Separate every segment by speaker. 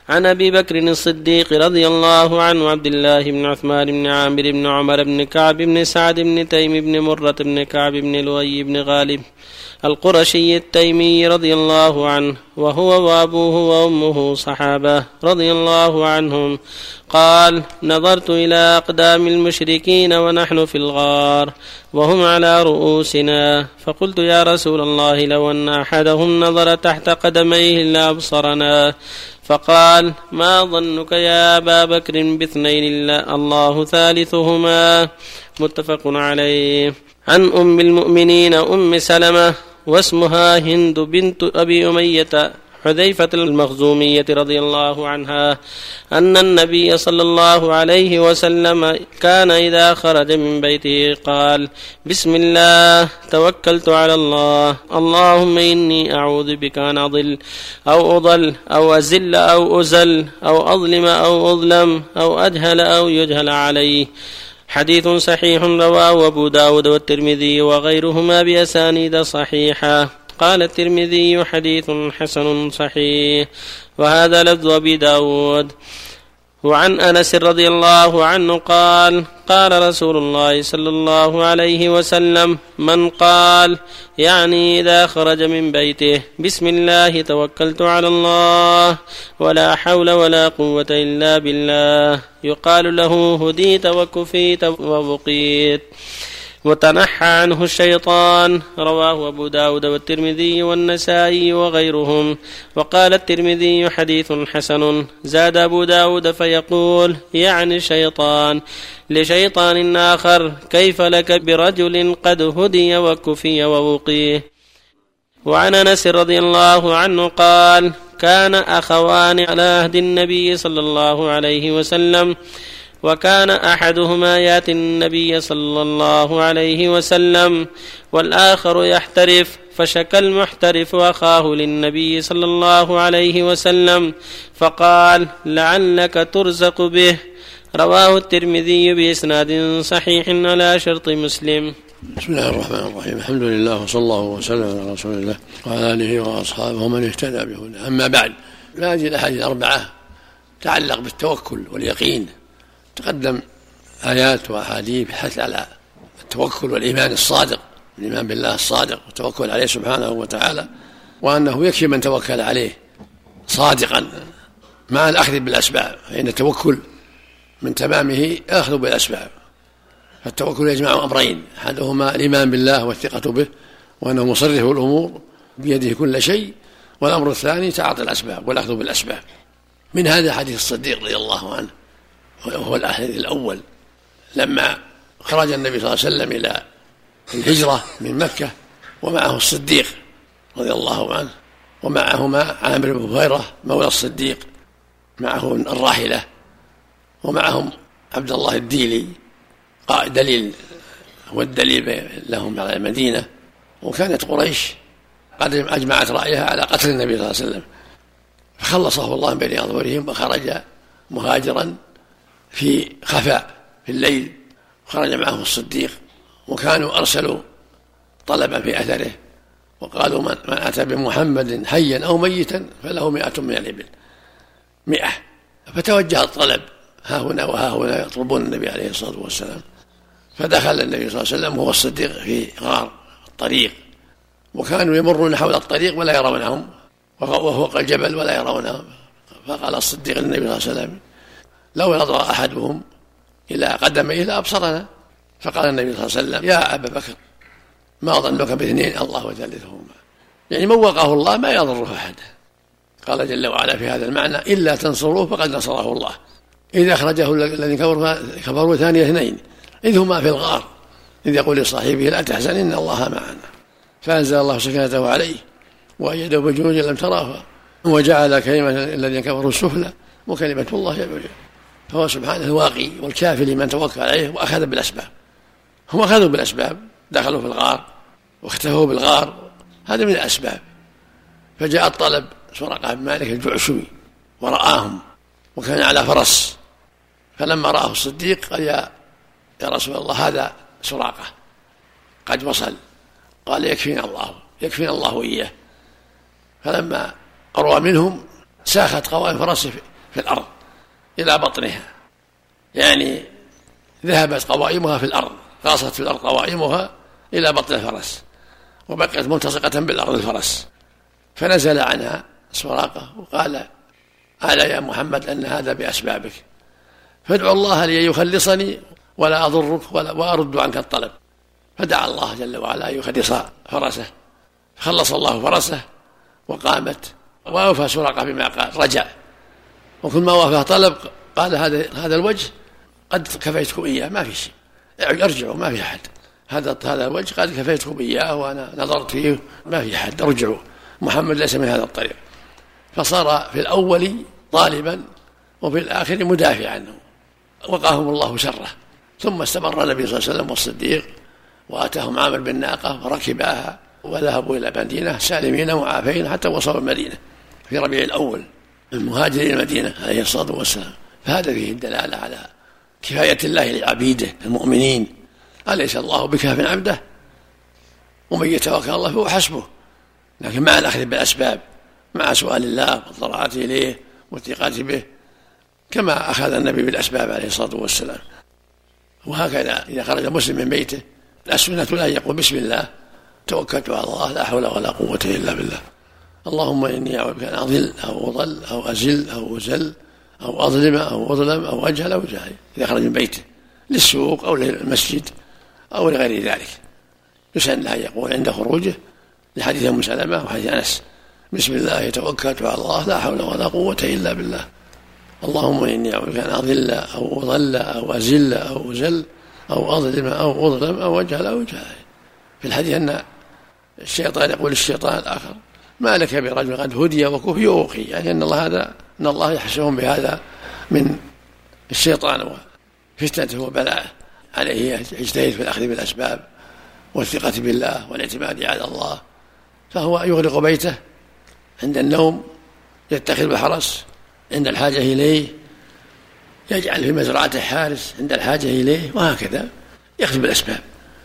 Speaker 1: عن أبي بكر الصديق رضي الله عنه عبد الله بن عثمان بن عامر بن عمر بن كعب بن سعد بن تيم بن مرة بن كعب بن لؤي بن غالب القرشي التيمي رضي الله عنه، وهو وأبوه وأمه صحابة رضي الله عنهم، قال: نظرت إلى أقدام المشركين ونحن في الغار وهم على رؤوسنا، فقلت: يا رسول الله، لو أن أحدهم نظر تحت قدميه لأبصرنا. فقال: ما ظنك يا أبا بكر باثنين الله ثالثهما؟ متفق عليه. عن أم المؤمنين أم سلمة واسمها هند بنت أبي أمية حذيفة المخزومية رضي الله عنها أن النبي صلى الله عليه وسلم كان إذا خرج من بيته قال: بسم الله توكلت على الله، اللهم إني أعوذ بك أن أضل أو أضل أو أزل أو أزل أو أظلم أو أظلم أو أجهل أو يجهل عليه. حديث صحيح رواه أبو داود والترمذي وغيرهما بأسانيد صحيحة. قال الترمذي: حديث حسن صحيح. وهذا لفظ أبي داود. وعن أنس رضي الله عنه قال: قال رسول الله صلى الله عليه وسلم: من قال، يعني إذا خرج من بيته: بسم الله توكلت على الله ولا حول ولا قوة إلا بالله، يقال له: هديت وكفيت وبقيت وتنحى عنه الشيطان. رواه أبو داود والترمذي والنسائي وغيرهم. وقال الترمذي: حديث حسن. زاد أبو داود فيقول: يعني شيطان لشيطان آخر: كيف لك برجل قد هدي وكفي ووقيه. وعن أنس رضي الله عنه قال: كان أخوان على عهد النبي صلى الله عليه وسلم، وكان أحدهما يأتي النبي صلى الله عليه وسلم والآخر يحترف، فشكى المحترف أخاه للنبي صلى الله عليه وسلم فقال: لعلك ترزق به. رواه الترمذي بإسناد صحيح على شرط مسلم.
Speaker 2: بسم الله الرحمن الرحيم. الحمد لله وصلى الله وسلم على رسول الله وعلى آله وأصحابه ومن اهتدى بهداه. أما بعد، هذه الأحاديث الأربعة تعلق بالتوكل واليقين. تقدم آيات وأحاديث بالحث على التوكل والإيمان الصادق، الإيمان بالله الصادق والتوكل عليه سبحانه وتعالى، وأنه يكفي من توكل عليه صادقا مع الأخذ بالأسباب، فإن التوكل من تمامه الأخذ بالأسباب. فالتوكل يجمع أمرين: أحدهما الإيمان بالله والثقة به وأنه مصرف الأمور بيده كل شيء، والأمر الثاني تعاطي الأسباب والأخذ بالأسباب. من هذا حديث الصديق رضي الله عنه، وهو الحديث الأول لما خرج النبي صلى الله عليه وسلم إلى الهجرة من مكة ومعه الصديق رضي الله عنه، ومعهما عامر بن فهيرة مولى الصديق معه الراحلة، ومعهم عبد الله الديلي قائد دليل هو الدليل لهم على المدينة. وكانت قريش قد أجمعت رأيها على قتل النبي صلى الله عليه وسلم، فخلصه الله من بين أظهرهم وخرج مهاجرا في خفاء في الليل، خرج معه الصديق، وكانوا أرسلوا طلبا في أثره وقالوا: من أتى بمحمد حيا أو ميتا فله 100 من الإبل، 100. فتوجه الطلب ها هنا وها هنا يطلبون النبي عليه الصلاة والسلام. فدخل النبي صلى الله عليه وسلم وهو الصديق في غار الطريق، وكانوا يمرون حول الطريق ولا يرونهم، وفوق الجبل ولا يرونهم. فقال الصديق للنبي صلى الله عليه وسلم: لو نظر أحدهم إلى قدميه لأبصرنا. فقال النبي صلى الله عليه وسلم: يا أبا بكر، ما ظنك باثنين الله ثالثهما؟ يعني من وقاه الله ما يضره أحد. قال جل وعلا في هذا المعنى: إلا تنصروه فقد نصره الله، إذا أخرجه الذين كفروا ثاني اثنين إذ هما في الغار إذ يقول لصاحبه: لا تحزن إن الله معنا. فأنزل الله سكينته عليه وأيده بجنود لم تراها وجعل كلمة الذين كفروا السفلى وكلمة الله هي العليا. فهو سبحانه الواقي والكافي لمن توكل عليه وأخذ بالأسباب. هم أخذوا بالأسباب، دخلوا في الغار واختفوا بالغار، هذا من الأسباب. فجاء الطلب سراقة بن مالك الجعشمي ورآهم، وكان على فرس. فلما رآه الصديق قال: يا رسول الله، هذا سراقة قد وصل. قال: يكفينا الله وإياه. فلما قروا منهم ساخت قوائم فرسه في الأرض إلى بطنها، يعني ذهبت قوائمها في الأرض، غاصت في الأرض قوائمها إلى بطن الفرس وبقيت ملتصقة بالأرض الفرس. فنزل عنها سراقة وقال: ألا يا محمد أن هذا بأسبابك، فادعو الله لي يخلصني ولا أضرك وأرد عنك الطلب. فدعا الله جل وعلا يخلص فرسه، فخلص الله فرسه وقامت، وأوفى سراقة بما قال، رجع. وكل ما وافاه طلب قال: هذا الوجه قد كفيتكم إياه، ما في شيء، ارجعوا، ما في أحد، هذا الوجه قد كفيتكم إياه وأنا نظرت فيه، ما في أحد، ارجعوا، محمد ليس من هذا الطريق. فصار في الأول طالبا وفي الآخر مدافعا عنه، وقاهم الله شره. ثم استمر النبي صلى الله عليه وسلم والصديق، وآتاهم عامر بالناقة وركباها وذهبوا إلى المدينة سالمين معافين حتى وصلوا المدينة في ربيع الأول من مهاجرين المدينة عليه الصلاة والسلام. فهذا فيه الدلالة على كفاية الله لعبيده المؤمنين. أليس الله بكاف عبده؟ ومن يتوكل الله فهو حسبه. لكن مع الأخذ بالأسباب، مع سؤال الله والضراعة إليه والثقة به، كما أخذ النبي بالأسباب عليه الصلاة والسلام. وهكذا إذا خرج مسلم من بيته السنة لا يقول: بسم الله توكلت على الله لا حول ولا قوة إلا بالله، اللهم إني أعوذ بك أن أضل أو أضل أو أزل أو أزل أو أظلم أو أظلم أو أجهل أو جاهل، إذا خرج من بيته للسوق أو للمسجد أو لغير ذلك يسن له أن يقول عند خروجه لحديث أم سلمة وحديث أنس: بسم الله توكلت على الله لا حول ولا قوة إلا بالله، اللهم إني أعوذ بك أن أضل أو أضل أو أزل أو أزل أو أظلم أو أظلم أو أجهل أو جاهل. في الحديث أن الشيطان يقول للشيطان الآخر: ما لك برجل قد هدي وكفي ووقي، يعني أن الله يحسبهم بهذا من الشيطان وفتنته وبلاءه، عليه يجتهد في الأخذ بالأسباب والثقة بالله والاعتماد على الله. فهو يغلق بيته عند النوم، يتخذ بالحرس عند الحاجة إليه، يجعل في مزرعته حارس عند الحاجة إليه، وهكذا يأخذ بالأسباب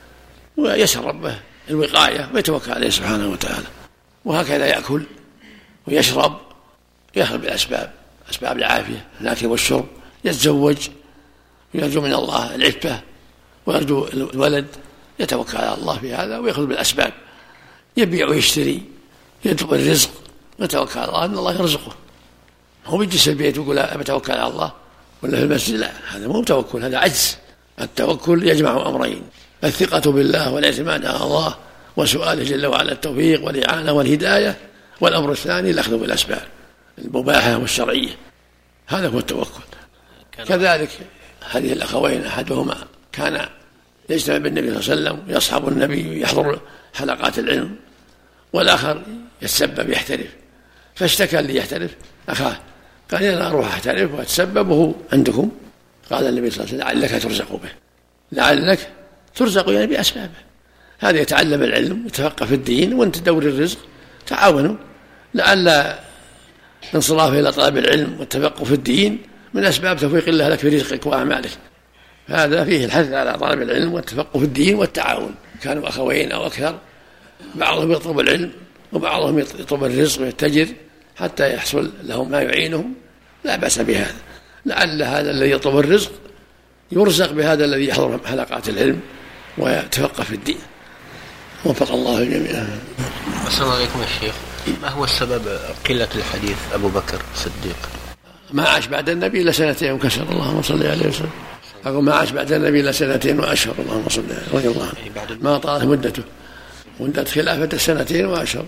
Speaker 2: ويسأل ربه الوقاية ويتوكل عليه سبحانه وتعالى. وهكذا يأكل ويشرب، يأخذ بالأسباب، أسباب العافية، الأكل والشرب، يتزوج ويرجو من الله العفة ويرجو الولد، يتوكل على الله في هذا ويأخذ بالأسباب، يبيع ويشتري، يطلب الرزق ويتوكل على الله أن الله يرزقه. هو بيجلس البيت ويقول أتوكل على الله ولا في المسجد؟ لا، هذا مو توكل، هذا عجز. التوكل يجمع أمرين: الثقة بالله والاعتماد على الله وسؤاله جل وعلا التوفيق والإعانة والهداية، والأمر الثاني الأخذ بالأسباب المباحة والشرعية، هذا هو التوكل. كذلك حديث الأخوين أحدهما كان يجتمع بالنبي صلى الله عليه وسلم ويصحب النبي يحضر حلقات العلم، والآخر يتسبب يحترف، فاشتكى اللي يحترف أخاه، قال: أنا أروح أحترف وأتسبب وهو عندكم. قال النبي صلى الله عليه وسلم: لعلك ترزق به، لعلك ترزق يعني بأسبابه. هذا يتعلم العلم ويتفقه في الدين، وانت تدور الرزق، تعاونوا، لعل انصراف إلى طلب العلم والتفقه في الدين من أسباب توفيق الله لك في رزقك وأعمالك. هذا فيه الحث على طلب العلم والتفقه في الدين والتعاون. كانوا أخوين أو أكثر، بعضهم يطلب العلم وبعضهم يطلب الرزق ويتجر حتى يحصل لهم ما يعينهم، لا بأس بهذا. لعل هذا الذي يطلب الرزق يرزق بهذا الذي يحضر حلقات العلم ويتفقه في الدين. وفق الله الجميع.
Speaker 3: السلام عليكم يا شيخ. ما هو السبب قلة الحديث أبو بكر الصديق؟
Speaker 2: ما عاش بعد النبي إلا 2 وكسر، اللهم صل عليه وسلم. أقول ما عاش بعد النبي إلا 2 وأشهر، اللهم صل عليه رضي الله عنه، ما طالت مدته، مدة خلافة 2 وأشهر.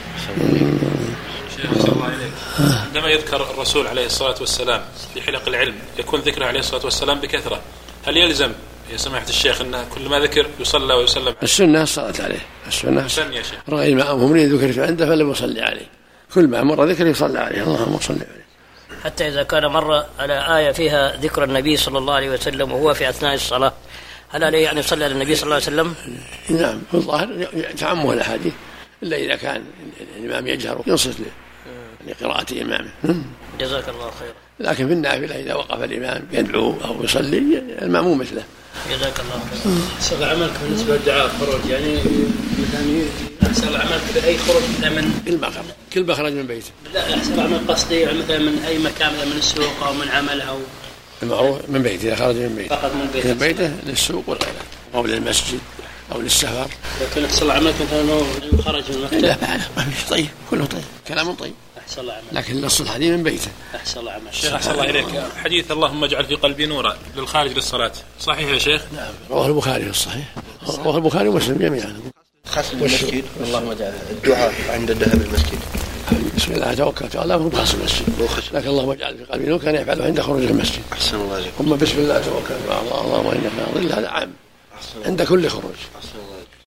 Speaker 4: عندما يذكر الرسول عليه الصلاة والسلام في حلق العلم يكون ذكره عليه الصلاة والسلام بكثرة، هل يلزم يا سماحة الشيخ أن كل ما ذكر يصلى ويسلم؟
Speaker 2: السنة الصلاة عليه، السنة يا شيخ. رأي ما أمرني ذكرت عنده فلم يصلي عليه، كل ما مر ذكر يصلى عليه، اللهم صل عليه.
Speaker 5: حتى إذا كان مر على آية فيها ذكر النبي صلى الله عليه وسلم وهو في أثناء الصلاة، هل عليه أن يصلي على النبي صلى الله عليه وسلم؟
Speaker 2: نعم، في الظاهر تعمه الأحاديث، إلا إذا كان الإمام يجهر ينصت لقراءة إمامه.
Speaker 5: جزاك الله خيرا.
Speaker 2: لكن في النافلة إذا وقف الإمام يدعو أو يصلي المأموم مثله.
Speaker 5: جزاك الله خيرا.
Speaker 6: سبع عملك بالنسبة للدعاء خروج يعني
Speaker 5: أحسن الأعمال أي خروج مثلا من
Speaker 2: كل ما خرج من بيته.
Speaker 5: لا أحسن الأعمال قصدي مثلا من أي مكان، من السوق أو من عمل أو
Speaker 2: المعروف من بيته، إذا خرج من بيته
Speaker 5: فقط من
Speaker 2: بيته للسوق والغيره أو للمسجد أو للسفر.
Speaker 5: لكن أحسن الأعمال مثلا لو خرج من المكتب
Speaker 2: لا ما فيش طيب، كله طيب، كلام طيب.
Speaker 5: أحسن الأعمال.
Speaker 2: لكن نص الحديث من بيته.
Speaker 5: أحسن الأعمال.
Speaker 4: شيخ أحسن الله إليك، حديث اللهم اجعل في قلبي نورا للخارج للصلاة صحيح يا شيخ؟
Speaker 2: نعم رواه البخاري في الصحيح، رواه البخاري ومسلم جميعا.
Speaker 3: خاص المسجد اللهم اجعل الدعاء عند الذهاب المسجد.
Speaker 2: بسم الله توكلت على الله خاص المسجد، لكن اللهم اجعل في قلبي نور كان يفعله عند خروج المسجد.
Speaker 3: أحسن الله عليكم.
Speaker 2: ثم بسم الله توكلت على الله اللهم انك ظل، هذا عام عند كل خروج.